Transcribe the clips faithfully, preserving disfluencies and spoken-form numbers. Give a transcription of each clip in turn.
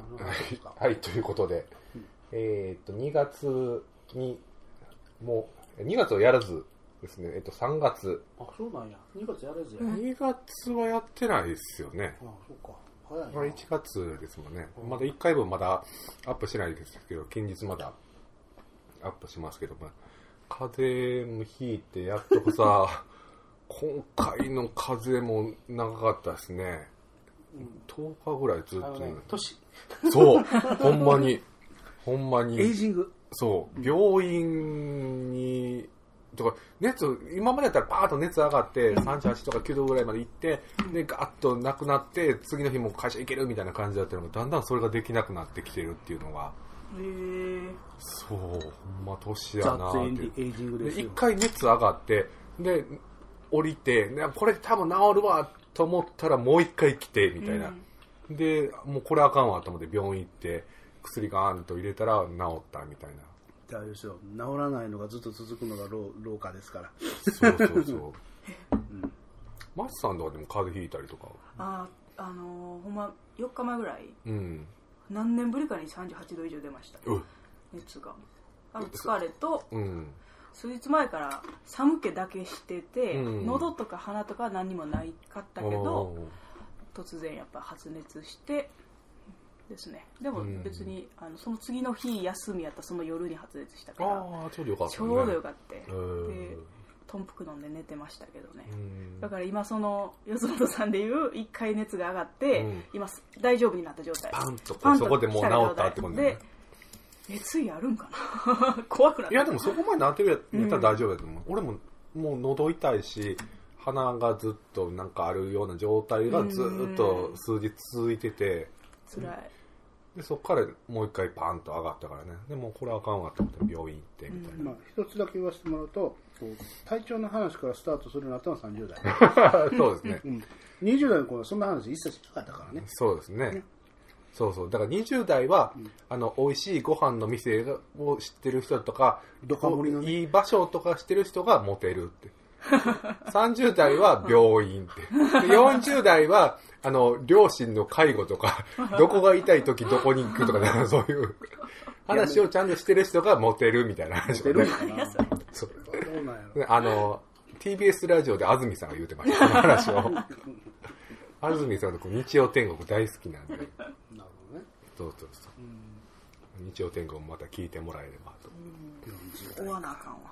はい、ということで、うん、えー、っとにがつにもうにがつはやらずですね、えっとさんがつ。 あ、そうなんや。にがつやらずや。 にがつはやってないですよね。 あ、そうか。早いな。 これいちがつですもんね。まだいっかいぶんまだアップしてないですけど、近日まだアップしますけど、まあ、風邪もひいてやっとさ今回の風邪も長かったですね。うん、とおかぐらいずっと、ね、 年そうほんまにほんまにエイジングそう病院にとか熱今までだったらパーッと熱上がってさんじゅうはちとかきゅうどぐらいまで行ってでガッとなくなって次の日も会社行けるみたいな感じだったのがだんだんそれができなくなってきてるっていうのがへーそうほんま年やなーってエイジングですよ。 一回熱上がってで降りてこれ多分治るわと思ったらもう一回来てみたいな、うん、でもうこれあかんわと思って病院行って薬ガーンと入れたら治ったみたいな。 大丈夫ですよ。治らないのがずっと続くのが 老, 老化ですから。 そうそうそう。うん、マスさんとかでも風邪ひいたりとか。 ああのー、ほんまよっかまえぐらい、 うん、 何年ぶりかにさんじゅうはちど以上出ました。 うん、 熱が。あの疲れと、 うん、 数日前から寒気だけしてて、うん、喉とか鼻とかは何にもないかったけど、突然やっぱ発熱してですね。でも別に、うん、あのその次の日休みやったその夜に発熱したからあちょうどよかった、ね、 ちょうどよかった。でトンプク飲んで寝てましたけどね。だから今その四つ本さんでいういっかい熱が上がって、うん、今大丈夫になった状態。 パンとパンとそこでもう治ったってことね。 で熱意あるんかな怖くなって。 いやでもそこまでなってるやったら大丈夫だと思う、うん、俺ももう喉痛いし鼻がずっとなんかあるような状態がずっと数日続いてて辛い。 でそこからもう一回パンと上がったからね。でもこれあかんわって思って病院行ってみたいな、 うんまあ、一つだけ言わせてもらうとこう体調の話からスタートするようになったのはさんじゅうだいそうですね、 うん、にじゅう代の頃はそんな話一切しなかったからね。 そうですね、ねそうそうだからにじゅう代は、うん、あの美味しいご飯の店を知ってる人とかどか盛りの、ね、 いい場所とか知ってる人がモテるってさんじゅう代は病院ってでよんじゅう代はあの両親の介護とかどこが痛い時どこに行くとか、ね、そういう話をちゃんとしてる人がモテるみたいな話をねそうあの ティービーエス ラジオで安住さんが言うてましたこの話を安住さんの日曜天国大好きなんでなるほどね。そうそうそう、うん、日曜天国もまた聞いてもらえればと。 終わなあかんわ、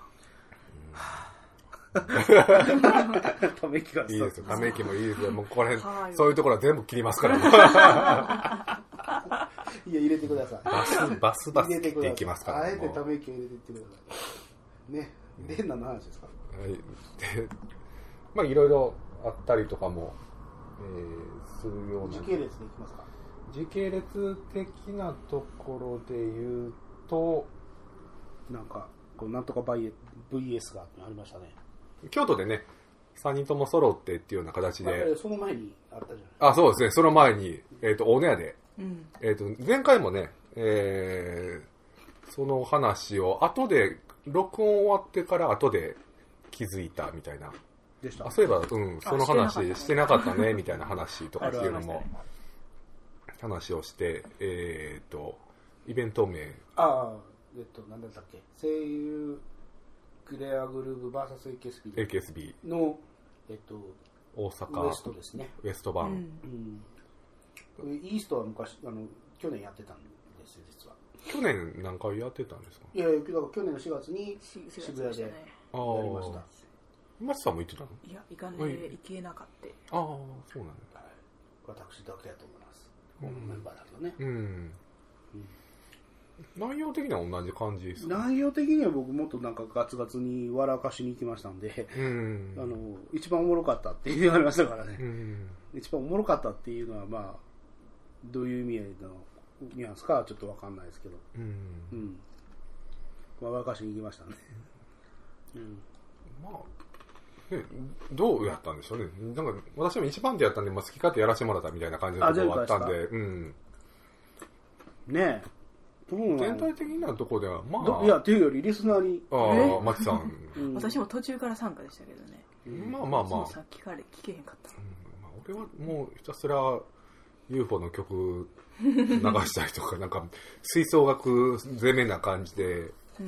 うんため息がいいですよ。ため息もいいですよ。もうこれ、はい、そういうところは全部切りますからいや入れてください。 バスバスバス切っていきますから。 あえてため息を入れていってくださいね。で何の話ですか。 はい。でまあいろいろあったりとかも、えー、するような。 時系列でいきますか。 時系列的なところで言うとなんかこうなんとか ブイエス がありましたね。 京都でねさんにんとも揃ってっていうような形で、 その前にあったじゃない。 あ、そうですね。その前に、えっと、大野屋で、 うん、 えっと、前回もね、えー、その話を後で、録音終わってから後で気づいたみたいな。 でした。 あ、そういえば、うん、その話してなかったね、みたいな話とかっていうのも、話をして、えっと、イベント名。 ああ、えっと、何だったっけ。声優、クレアグルーブ ブイエス エーケーエスビーエーケーエスビーの、えっと、 大阪ウエストですね。 ウエスト版、 うんうん、イーストは昔あの去年やってたんですよ実は。 去年何回やってたんですか。 いやいやだから去年のしがつに渋谷でやりました。 松さんも行ってたの。 いや行かねえ行けなかった。 ああそうなんだ、 はい、私だけだと思います、うん、メンバーだけどね、 うんうん内容的には同じ感じですか。 内容的には僕もっとなんかガツガツに笑かしに行きましたんで、 うん、 あの一番おもろかったって言われましたからね、 うん、 一番おもろかったっていうのはまあどういう意味合いのニュアンスかはちょっと分かんないですけど、 うんうん、笑かしに行きましたね、うん、 まあね、どうやったんでしょうね。なんか私も一番手やったんで、まあ、好き勝手やらせてもらったみたいな感じのところがあったんで、うん、 ねえ全体的なところではまあいやっていうよりリスナーにああマキさん、 うん、私も途中から参加でしたけどね、 うん、まあまあまあさっきから聞けへんかった、 うんまあ、俺はもうひたすらユーフォー の曲流したりとか、なんか吹奏楽攻めな感じで、うんうんうん、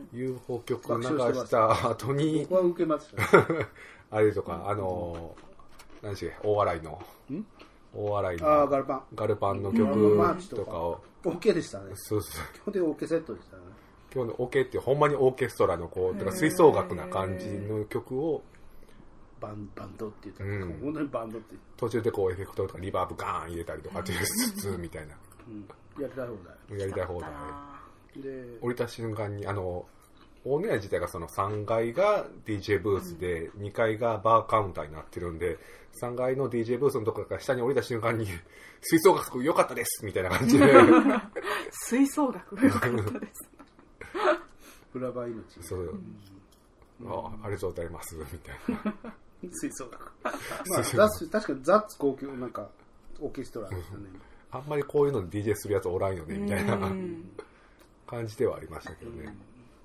ユーフォー 曲流した後に、 僕は受けましたね。 あれとか、あの、何でしたっけ、大洗の、大洗のあガルパンガルパンの曲とかを、 オケでしたね。 そうそう。 基本的にオケセットでしたね。 基本的にオケってほんまにオーケストラのこう、とか吹奏楽な感じの曲を、 バンバンドって言ったら、 うん、 本当にバンドって途中でこうエフェクトとかリバーブガーン入れたりとかっていうつつみたいな、 うん、やりたい放題やりたい放題で降りた瞬間にあの大野屋自体がそのさんがいが ディージェー ブースで、うん、にかいがバーカウンターになってるんでさんがいの ディージェー ブースのところから下に降りた瞬間に吹奏楽良かったですみたいな感じで吹奏楽良かったです裏場命そう、うん、あ, ありがとうございますみたいな吹奏楽まあザ確かにザッツ高級なんかオーケストラですよね、 うん、あんまりこういうのに ディージェー するやつおらんよねみたいな感じではありましたけどね、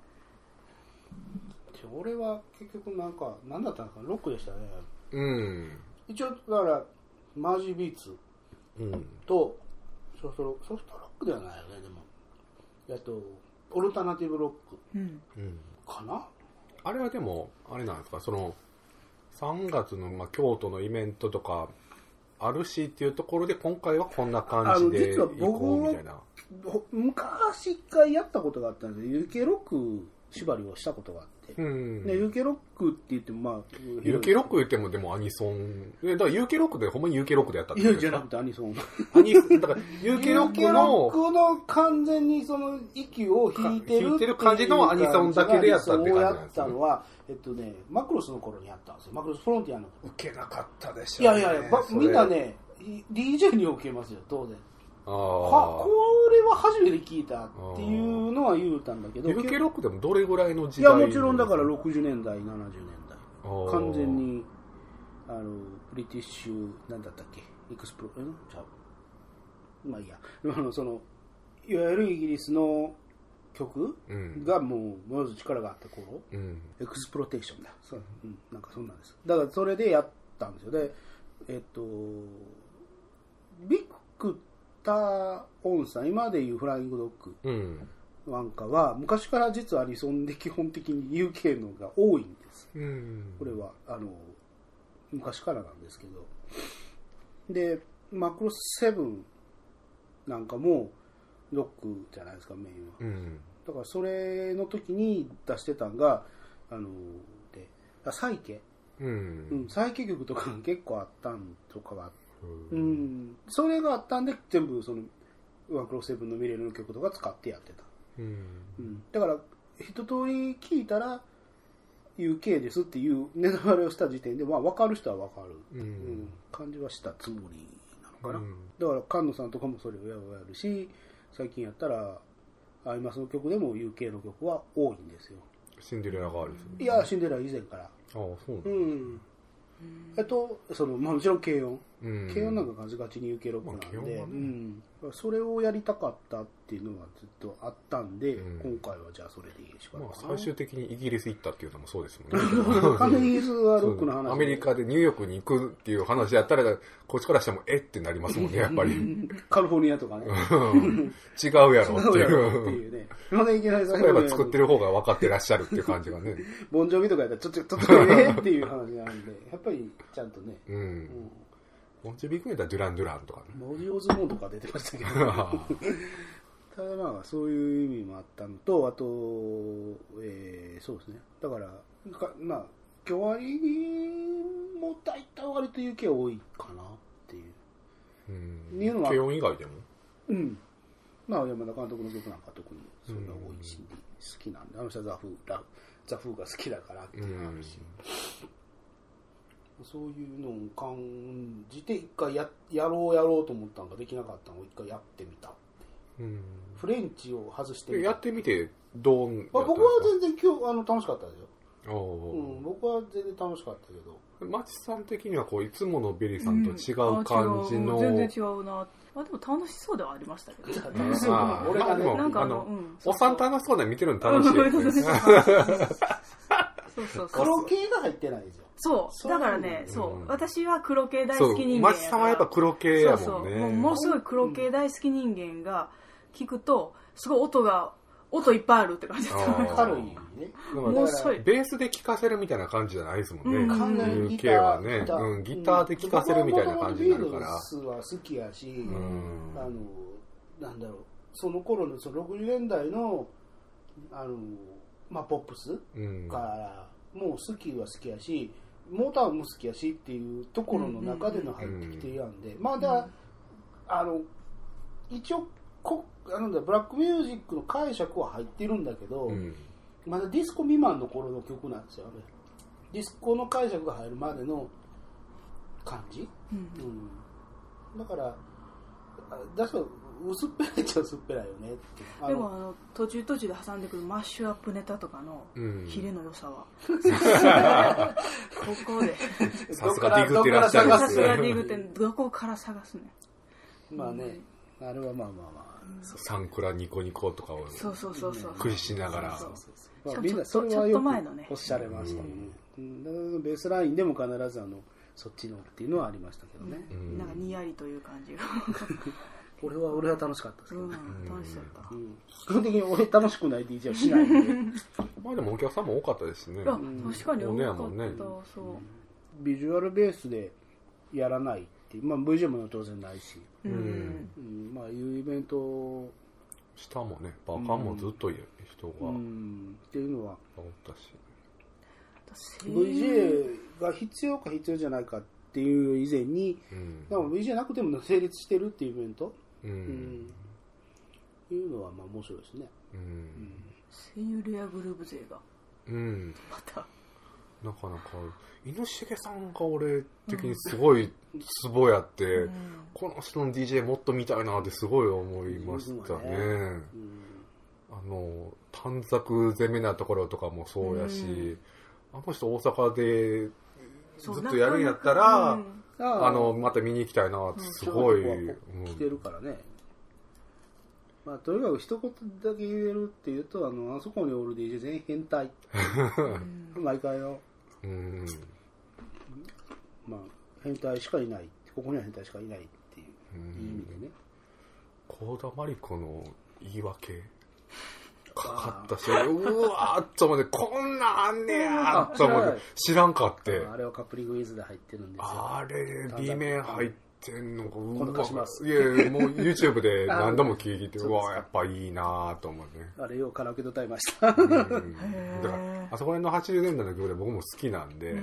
うん、俺は結局なんか何だったのかロックでしたねうん一応だからマージービーツと、うん、ソフトロソフトロックではないよねでもあとオルタナティブロック、うん、かなあれはでもあれなんですかそのさんがつの、まあ、京都のイベントとかあるしっていうところで今回はこんな感じで行こうみたいな昔一回やったことがあったんですよ ユーケー ロック縛りをしたことがあって、うん、で ユーケー ロックって言ってもまあユーケー ロック言ってもでもアニソンだから ユーケー ロックでほんまに ユーケー ロックでやったっていやじゃなくてアニソンアニだから ユーケー ロックの ユーケー ロックの完全にその息を弾いてる弾いてる感じのアニソンだけでやったって感じなんですよ、ね、やったのはえっとねマクロスの頃にやったんですよマクロスフロンティアの受けなかったでしょ、ね、 いやいやいやみんなね ディージェー に受けますよ当然あこれは初めて聞いたっていうのは言うたんだけどユーケー ロックでもどれぐらいの時代いやもちろんだからろくじゅうねんだいななじゅうねんだい完全にあのブリティッシュなんだったっけエクスプロえちゃうまあいいやあのそのいわゆるイギリスの曲がもうものすごい力があった頃、うん、エクスプロテーションだそう、うん、なんかそんなんですだからそれでやったんですよでえっとビッグターオンさん今でいうフライングドッグなんかは昔から実はアニソンで基本的に ユーケー のが多いんです、うん、これはあの昔からなんですけどでマクロスセブンなんかもロックじゃないですかメインは、うん、だからそれの時に出してたんがあのでサイケ、うんうん、サイケ曲とか結構あったんとかがあってうん、それがあったんで全部そのワンクロスセブンのミレルの曲とか使ってやってた、うんうん、だから一通り聞いたら ユーケー ですっていうネタバレをした時点で、まあ、分かる人は分かる、うんうん、感じはしたつもりなのかな、うん、だから菅野さんとかもそれをやるし最近やったらアイマスの曲でも ユーケー の曲は多いんですよシンデレラがあるんですねいやシンデレラ以前からああそうなんだ、 うんえっとそのまあ、もちろん軽音、うん、軽音なんかガチガチにユーケーロックなんで、まあねうん、それをやりたかったっていうのがずっとあったんで、うん、今回はじゃあそれでいいしかない、まあ、 最終的にイギリス行ったっていうのもそうですもんね完全にイギリスはロックの話アメリカでニューヨークに行くっていう話やったらこっちからしてもえってなりますもんねやっぱりカリフォルニアとかね違うやろっていうねそれは作ってる方が分かってらっしゃるっていう感じがねボンジョビとかやったらちょっとちょっとえっていう話なんでやっぱりちゃんとねうん、うんボンジョビ組めたらデュラン・デュランとかねモジオズモンとか出てましたけどただまあそういう意味もあったのとあと、えー、そうですねだからかまあ今日割も大体割と ユーケー 多いかなっていううんいうのは軽音以外でもうんまあ山田監督の曲なんか特にそんな多いし好きなんであの人はザフーザフーが好きだからっていうのがあるしそういうのを感じて一回 や, やろうやろうと思ったのができなかったのを一回やってみたって、うん、フレンチを外してみたやってみてどうやったんですか？ 僕は全然今日あの楽しかったですよ、うん、僕は全然楽しかったけどマチさん的にはこういつものベリーさんと違う感じの、 うん、全然違うなあでも楽しそうではありましたけど楽しそうあ俺がねなんかあの、うん、おっさん楽しそうで見てるの楽しいですねそうそうそう。 黒系が入ってないですよ。 そう。だからね、そう。私は黒系大好き人間やから。 松さんはやっぱ黒系やもんね。 そうそう。もうものすごい黒系大好き人間が聞くと、すごい音が、音いっぱいあるって感じです。 軽いね。 もうそう。 ベースで聴かせるみたいな感じじゃないですもんね。 うん、完全にギターはね、うん、ギターで聴かせるみたいな感じになるから。 ビートルズは好きやし、うん、あの、なんだろう、その頃のそのろくじゅうねんだいの、あの、まあ、ポップスからもう好きは好きやし、モータウンも好きやしっていうところの中での入ってきてやんで、まあだ、あの、一応、こあのブラックミュージックの解釈は入ってるんだけど、うん、まだディスコ未満の頃の曲なんですよね。ディスコの解釈が入るまでの感じ、うんうん、だからだから薄っぺらいっちゃ薄っぺらいよねって。 でもあの途中途中で挟んでくるマッシュアップネタとかのヒレの良さは、うん、ここでさすがディグってらっしゃるんですね。さすがディグってどこから探すね。 まあね、うん、あれはまあまあまあサンクラニコニコとかを駆使しながら、 みんなそれはよくおっしゃれましたね。うん、だからベースラインでも必ずあのそっちのっていうのはありましたけどね。 うん、なんかにやりという感じが。 俺は俺は楽しかったですけどね。 うん、楽しかった。うん、 基本的に俺楽しくない ディージェー はしないんで。 まあでもお客さんも多かったですね。 確かに多かった。ね、 そう。ビジュアルベースでやらないっていう、まあ ブイジーエム も当然ないし。うん、うん、まあいうイベント下もねバカンもずっといる人が、うん、 っていうのはおったしブイジェー が必要か必要じゃないかっていう以前に、うん、でも ブイジェー なくても成立してるっていうイベント、うんうん、いうのはまあ面白いですね、うんうん、 セイユレアグルーブ勢が、 うん、 またなかなか猪重さんが俺的にすごいツボやって、うん、この人の ディージェー もっと見たいなってすごい思いましたね、うん、あの短冊攻めなところとかもそうやし、うん、あの人大阪でずっとやるんやったら、うん、あのまた見に行きたいなってすごい、 うん、来てるからね、まあ、とにかく一言だけ言えるっていうと あのあそこにおる ディージェー 全員変態毎回のうん、まあ変態しかいない、ここには変態しかいないっていう意味でね。 幸田真理子の言い訳かかったし、うわーっと思ってこんなんあんねやーと思って知らんかって。 あれはカップリングウィズで入ってるんですよ。 あれ B 面入ってんのか、 今度貸します。 いやもう YouTube で何度も聞いてうわーやっぱいいなーと思ってね。 あれようカラオケで歌いました。うん、だからあそこら辺のはちじゅうねんだいの曲で僕も好きなんで、うん、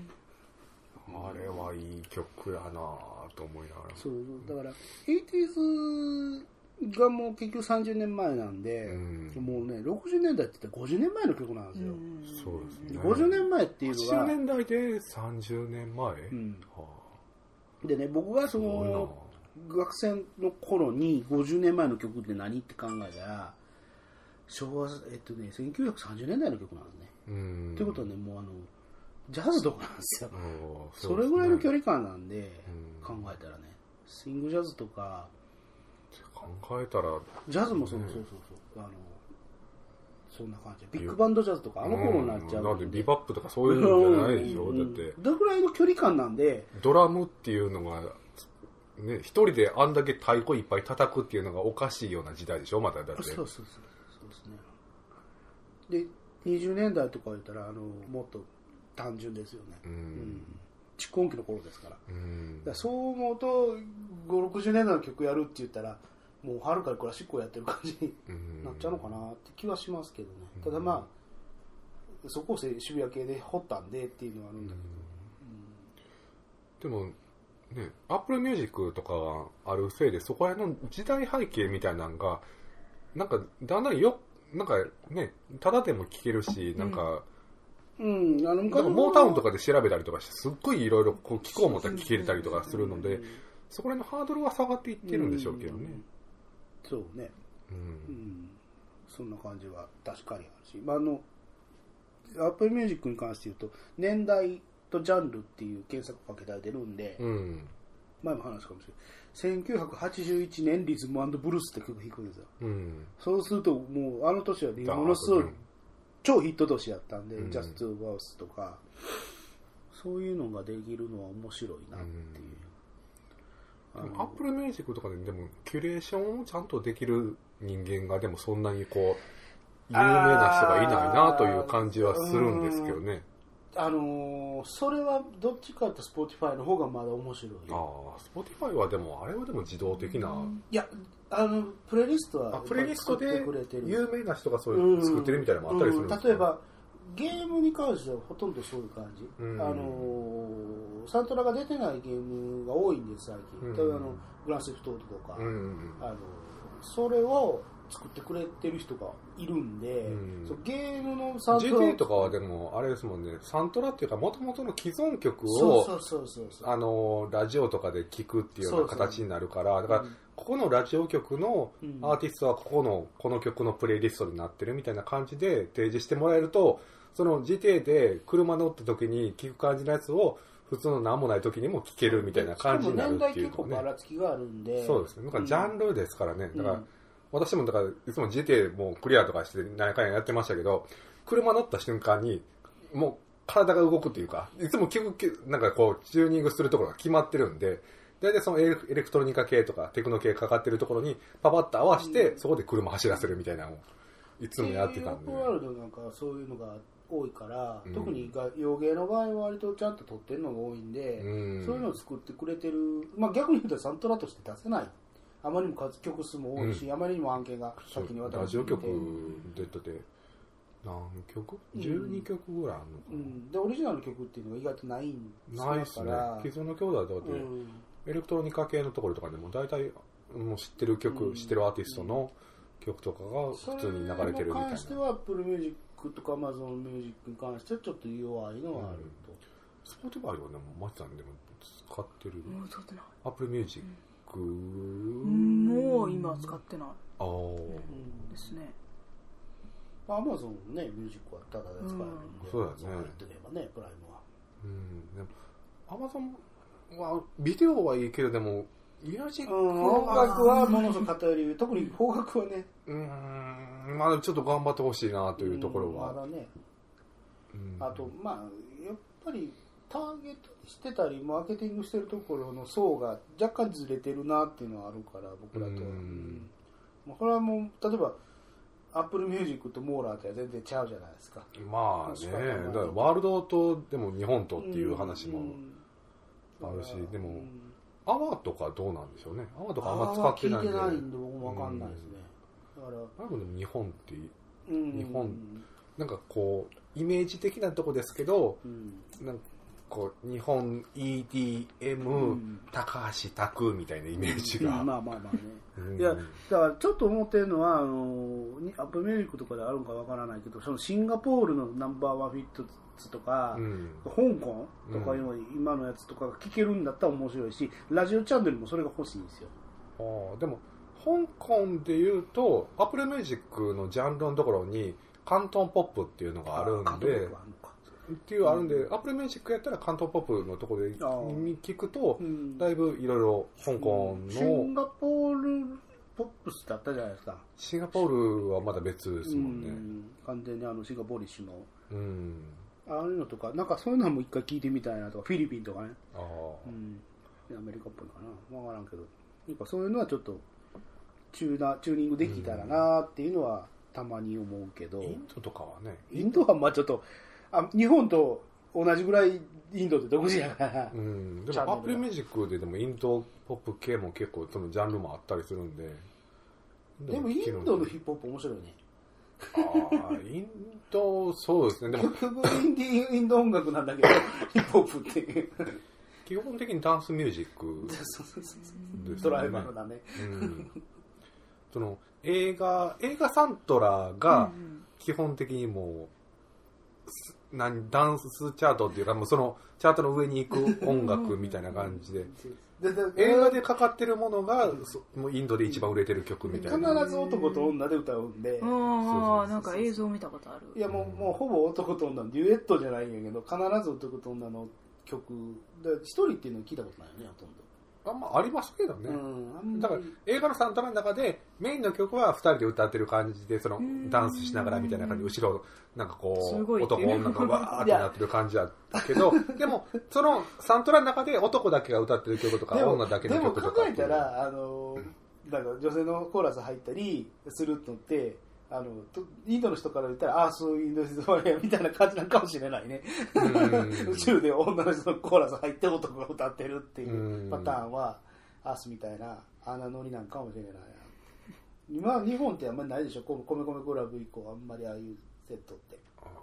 あれはいい曲やなと思いながら。 そうだからエイティーズがもう結局さんじゅうねんまえなんで、うん、もうねろくじゅうねんだいって言ったらごじゅうねんまえの曲なんですよ、うん、 そうですね。 ごじゅうねんまえっていうのがはちじゅうねんだいでさんじゅうねんまえ、うんはあ、でね僕がその学生の頃にごじゅうねんまえの曲って何って考えたら昭和、えっとね、せんきゅうひゃくさんじゅうねんだいの曲なんですね。うん。ってことはね、もうあの、ジャズとかなんですよ。そ, それぐらいの距離感なんで、うん、考えたらね、スイングジャズとか、 考えたら、 ジャズもそうそうそうそう、あの、そんな感じ。ビッグバンドジャズとかあの頃になっちゃう、うん。 なんでビバップとかそういうのじゃないでしょ、うん、だって。 どれぐらいの距離感なんで、 ドラムっていうのが、ね、一人であんだけ太鼓いっぱい叩くっていうのがおかしいような時代でしょ、まだだって。 そうそうそう。そうですね。で、にじゅうねんだいとか言ったら、あの、もっと単純ですよね。うん。うん、蓄音機の頃ですから。うん。だからそう思うと、ごじゅう、ろくじゅうねんだいの曲やるって言ったら、もう春からクラシックをやってる感じになっちゃうのかなって気はしますけどね。ただまあ、そこを渋谷系で掘ったんでっていうのはあるんだけど。うん、でも、ね、Apple Music とかがあるせいでそこら辺の時代背景みたいなのがなんかだんだんよなんかねただでも聴けるしなんか、 うんうん、あのなんかモータウンとかで調べたりとかしてすっごいいろいろ聴こう思ったら聴けれたりとかするのでそこら辺のハードルは下がっていってるんでしょうけどね、うん、 そうね、うんうん、そんな感じは確かにあるし、まあ、あの Apple Music に関して言うと年代とジャンルっていう検索かけられてるんで、うん、前も話したかもしれないせんきゅうひゃくはちじゅういちねんリズム&ブルースって曲弾くんですよ、うん、そうするともうあの年はものすごい超ヒット年やったんで、 うん、 ジャスト・バースとかそういうのができるのは面白いなっていう、 うん、アップルミュージックとかででもキュレーションをちゃんとできる人間がでもそんなにこう有名な人がいないなという感じはするんですけどね。 あのー、それはどっちかというと Spotify の方がまだ面白い。 ああ、Spotify はでもあれはでも自動的な、うん、 いやあのプレイリストはプレイリストで有名な人がそういう作ってるみたいなのもあったりするんですか、 うんうん、例えばゲームに関してはほとんどそういう感じ、うん、あのー、サントラが出てないゲームが多いんです最近、うん、例えばあのグランセフトートとか、うん、あのそれを作ってくれてる人がいるんで、うん、そうゲームのサントラジーティー とかはでもあれですもんね、サントラっていうか元々の既存曲をあのラジオとかで聴くっていうような形になるから、だから、うん、ここのラジオ局のアーティストはここのこの曲のプレイリストになってるみたいな感じで提示してもらえると、その ジーティー で車乗った時に聴く感じのやつを普通の何もない時にも聴けるみたいな感じになるっていうのね。 年代結構ばらつきがあるんで。 そうですね。なんかジャンルですからね。うん、だから私もだからいつも ジーティー もクリアとかして何回かやってましたけど、車乗った瞬間にもう体が動くっていうか、いつも曲なんかこうチューニングするところが決まってるんで、大体そのエレクトロニカ系とかテクノ系かかってるところにパパッと合わせて、うん、そこで車走らせるみたいなのをいつもやってたんで。 オープンワールドなんかそういうのが多いから、うん、特に洋芸の場合は割とちゃんと撮ってるのが多いんで、うん、そういうのを作ってくれてる、まあ逆に言うとサントラとして出せない。あまりにも曲数も多いし、うん、あまりにも案件が先に渡ってラジオ曲でだって何曲 ?じゅうに 曲ぐらいあるのかな、うん、 でオリジナルの曲っていうのが意外とないんですないっすね。既存の曲だと、うん、エレクトロニカ系のところとかでも大体もう知ってる曲、うん、知ってるアーティストの曲とかが普通に流れてるみたいな。それに関しては Apple Music とか Amazon Music に関してはちょっと弱いのはあると、 うん、Spotify はでもマチさんでも使ってる、 うん、使ってない Apple Music、うんもう今使ってないあ、うん、 ですね。 アマゾンねミュージックはただで使えるんで、うん、 そうだね。 入ってればねプライムは。 うん。でもアマゾンはビデオはいいけどでもミュージック、 うん、音楽はものすごく偏り特に邦楽はね。 うん。まあちょっと頑張ってほしいなというところは。 うん、まだね。うん、あとまあやっぱり。ターゲットしてたりマーケティングしてるところの層が若干ずれてるなっていうのはあるから僕らと、うんまあ、これはもう例えばアップルミュージックとモーラーとは全然ちゃうじゃないですか。 まあねだからワールドとでも日本とっていう話もあるし、うんうん、でも、うん、アワーとかどうなんでしょうね。アワーとかあんま使ってないんで聞いてないんで僕も分かんないですね、 うん、だからでも日本って、うん、日本なんかこうイメージ的なとこですけど、うん、なんかこう日本 イーディーエム、うん、高橋拓みたいなイメージが、 うん、まあまあまあね、うん、いやだからちょっと思ってるのはあのアップルミュージックとかであるのかわからないけどそのシンガポールのナンバーワンフィットとか、うん、香港とかいうの、うん、今のやつとかが聴けるんだったら面白いしラジオチャンネルもそれが欲しいんですよ。 あでも香港でいうとアップルミュージックのジャンルのところに広東ポップっていうのがあるんでっていうあるんで、うん、アップルミュージックやったら関東ポップのところで聞くと、うん、だいぶいろいろ香港の、 シンガポールポップスだったじゃないですか。 シンガポールはまだ別ですもんね。 うん、完全にあのシンガポーリッシュの、 うん、 ああいうのとかなんかそういうのも一回聞いてみたいなとかフィリピンとかね。あ、うん、アメリカっぽいかな分からんけど、なんかそういうのはちょっとチューナチューニングできたらなっていうのはたまに思うけど、 インドとかはね、 インドはまあちょっとあ日本と同じぐらいインドって独自やから、 うん、でもアップルミュージックででもインドポップ系も結構そのジャンルもあったりするんで、 でもインドのヒップホップ面白いね。 ああインドそうですね。でも結局インディインド音楽なんだけどヒップホップって基本的にダンスミュージックですね。 ドライバーだね。 うん、その映画映画サントラが基本的にもう何ダンスチャートっていうかもうそのチャートの上に行く音楽みたいな感じで映画でかかってるものがもうインドで一番売れてる曲みたいな。 必ず男と女で歌うんで、 ああなんか映像見たことある。 いやもうもうほぼ男と女のデュエットじゃないんやけど必ず男と女の曲で一人っていうの聞いたことないよねほとんど。 あんまありますけどね、 うん、 だから映画のサントラの中でメインの曲はふたりで歌ってる感じでそのダンスしながらみたいな感じで後ろなんかこう男女がわーってなってる感じだったけどでもそのサントラの中で男だけが歌ってる曲とか女だけの曲とかでも考えたらあのなんか女性のコーラス入ったりするのってあのインドの人から言ったらああそういうインド人みたいな感じなのかもしれないね宇宙で女の人のコーラス入って男が歌ってるっていうパターンはアースみたいなあんなノリなんかもしれない。今日本ってあんまりないでしょ、コメコメクラブ以降あんまりああいうセットって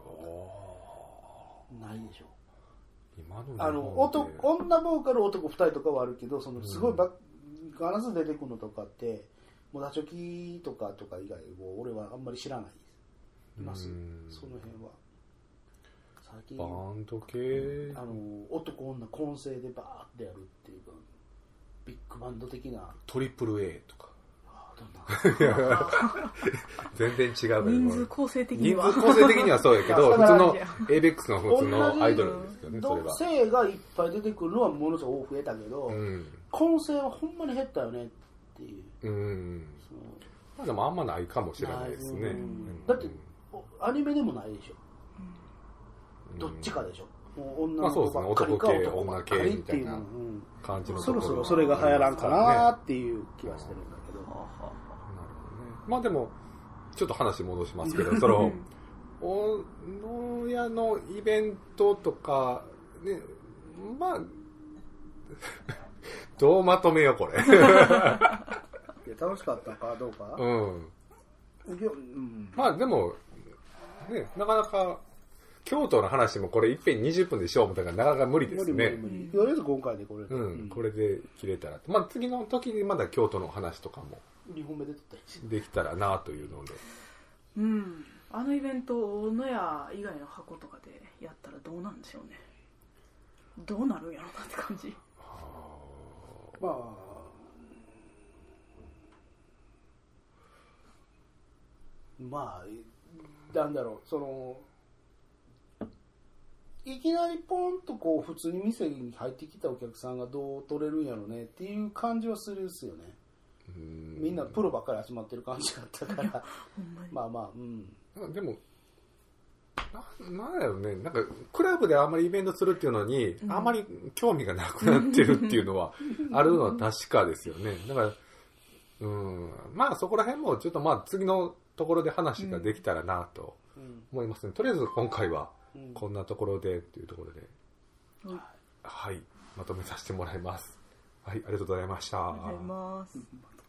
ないでしょ。 今のあの男女ボーカル男ふたりとかはあるけどそのすごいバガラス出てくるのとかってもうダチョキとかとか以外を俺はあんまり知らないですいますその辺は最近バンド系あの男女混声でバーってやるっていうかビッグバンド的なトリプル A とかあどんな全然違う人数構成的には人数構成的にはそうやけど普通の エーベックス の普通のアイドルですよねそれは性がいっぱい出てくるのはものすごく増えたけど、うん、混声はほんまに減ったよねっていう、うん、 まあでもあんまないかもしれないですね、うん、 だってアニメでもないでしょ、うん、どっちかでしょもう女の子ばっかりか男ばっかりっていうの、うん、 感じのそろそろそれが流行らんかなっていう気はしてるんだけど、うん、なるほどね。 まあでもちょっと話戻しますけどその親のイベントとかねまあどうまとめようこれいや楽しかったかどうかうん、うん、まあでもねなかなか京都の話もこれいっぺんにじゅっぷんでしよう思ったからなかなか無理ですね。無理無理無理。 とりあえず今回でこれで、 うん、これで切れたら、まあ次の時にまだ京都の話とかもにほんめで撮ったりできたらなというので。 うん。あのイベント小野屋以外の箱とかでやったらどうなんでしょうね。どうなるんやろうなって感じ。 まあまあなんだろうその。いきなりポンとこう普通に店に入ってきたお客さんがどう取れるんやろねっていう感じはするですよね。うんみんなプロばっかり集まってる感じだったからまあまあうんでもななんだろうねなんかクラブであんまりイベントするっていうのに、うん、あんまり興味がなくなってるっていうのはあるのは確かですよね。だからうんまあそこら辺もちょっとまあ次のところで話ができたらなと思いますね、うん、とりあえず今回はこんなところでっていうところで、うん、はいまとめさせてもらいます。はいありがとうございました。 ありがとうございます。